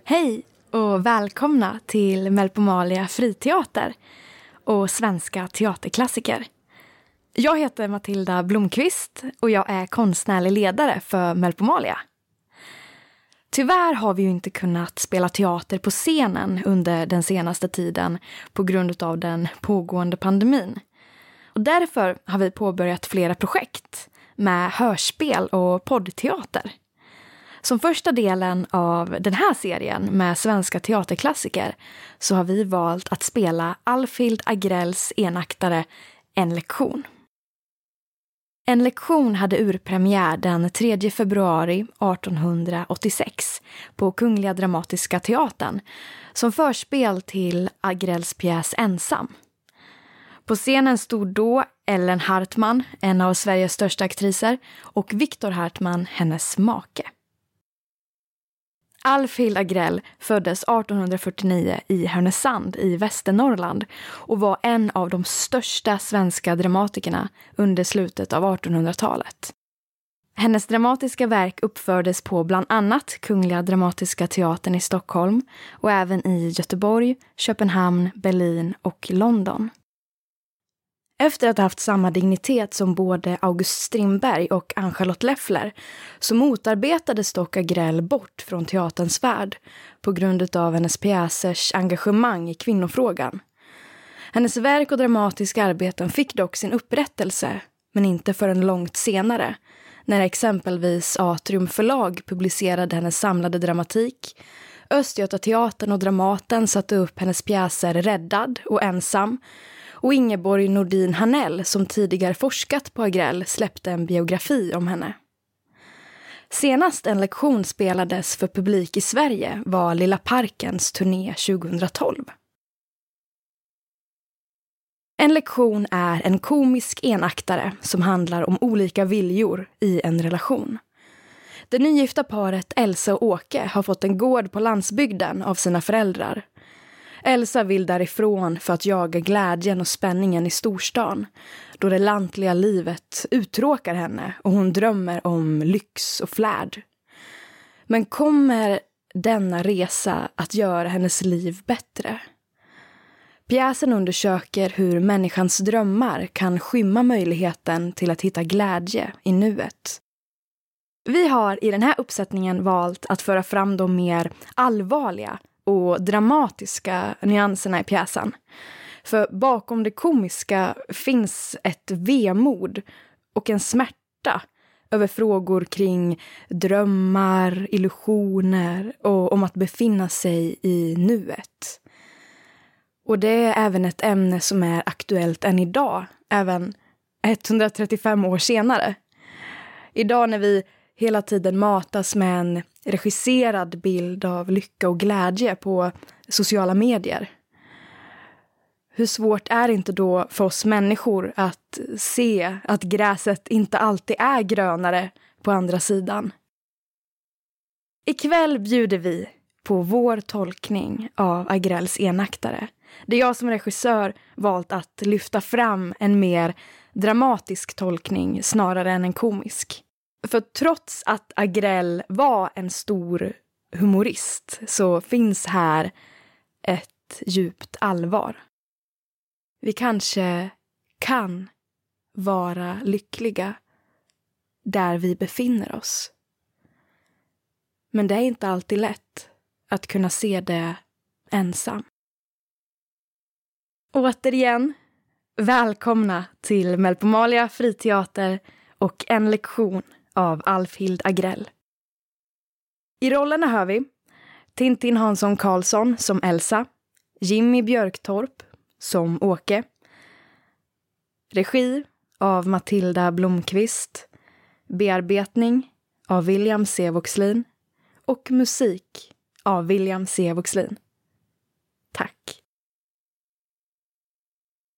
Hej och välkomna till Melpomalia friteater och svenska teaterklassiker. Jag heter Matilda Blomqvist och jag är konstnärlig ledare för Melpomalia. Tyvärr har vi ju inte kunnat spela teater på scenen under den senaste tiden på grund av den pågående pandemin. Och därför har vi påbörjat flera projekt med hörspel och poddteater. Som första delen av den här serien med svenska teaterklassiker så har vi valt att spela Alfhild Agrells enaktare En lektion. En lektion hade urpremiär den 3 februari 1886 på Kungliga Dramatiska Teatern som förspel till Agrells pjäs Ensam. På scenen stod då Ellen Hartman, en av Sveriges största aktriser, och Viktor Hartman, hennes make. Alfhild Agrell föddes 1849 i Härnösand i Västernorrland och var en av de största svenska dramatikerna under slutet av 1800-talet. Hennes dramatiska verk uppfördes på bland annat Kungliga Dramatiska Teatern i Stockholm och även i Göteborg, Köpenhamn, Berlin och London. Efter att ha haft samma dignitet som både August Strindberg och Ann-Charlotte Leffler så motarbetades dock Agrell bort från teaterns värld på grund av hennes pjäsers engagemang i kvinnofrågan. Hennes verk och dramatiska arbeten fick dock sin upprättelse, men inte förrän långt senare, när exempelvis Atrium förlag publicerade hennes samlade dramatik. Östgötateatern och Dramaten satte upp hennes pjäser Räddad och Ensam, och Ingeborg Nordin Hanell, som tidigare forskat på Agrell, släppte en biografi om henne. Senast En lektion spelades för publik i Sverige var Lilla Parkens turné 2012. En lektion är en komisk enaktare som handlar om olika viljor i en relation. Det nygifta paret Elsa och Åke har fått en gård på landsbygden av sina föräldrar. Elsa vill därifrån för att jaga glädjen och spänningen i storstan, då det lantliga livet uttråkar henne och hon drömmer om lyx och flärd. Men kommer denna resa att göra hennes liv bättre? Pjäsen undersöker hur människans drömmar kan skymma möjligheten till att hitta glädje i nuet. Vi har i den här uppsättningen valt att föra fram de mer allvarliga och dramatiska nyanserna i pjäsen. För bakom det komiska finns ett vemod och en smärta över frågor kring drömmar, illusioner och om att befinna sig i nuet. Och det är även ett ämne som är aktuellt än idag, även 135 år senare. Idag när vi hela tiden matas med en regisserad bild av lycka och glädje på sociala medier. Hur svårt är det inte då för oss människor att se att gräset inte alltid är grönare på andra sidan? Ikväll bjuder vi på vår tolkning av Agrells enaktare. Det är jag som regissör valt att lyfta fram en mer dramatisk tolkning snarare än en komisk. För trots att Agrell var en stor humorist så finns här ett djupt allvar. Vi kanske kan vara lyckliga där vi befinner oss. Men det är inte alltid lätt att kunna se det ensam. Återigen, välkomna till Melpomalia friteater och En lektion av Alfhild Agrell. I rollerna hör vi Tintin Hansson Karlsson som Elsa, Jimmy Björktorp som Åke, regi av Matilda Blomqvist, bearbetning av William C. Voxlin och musik av William C. Voxlin. Tack!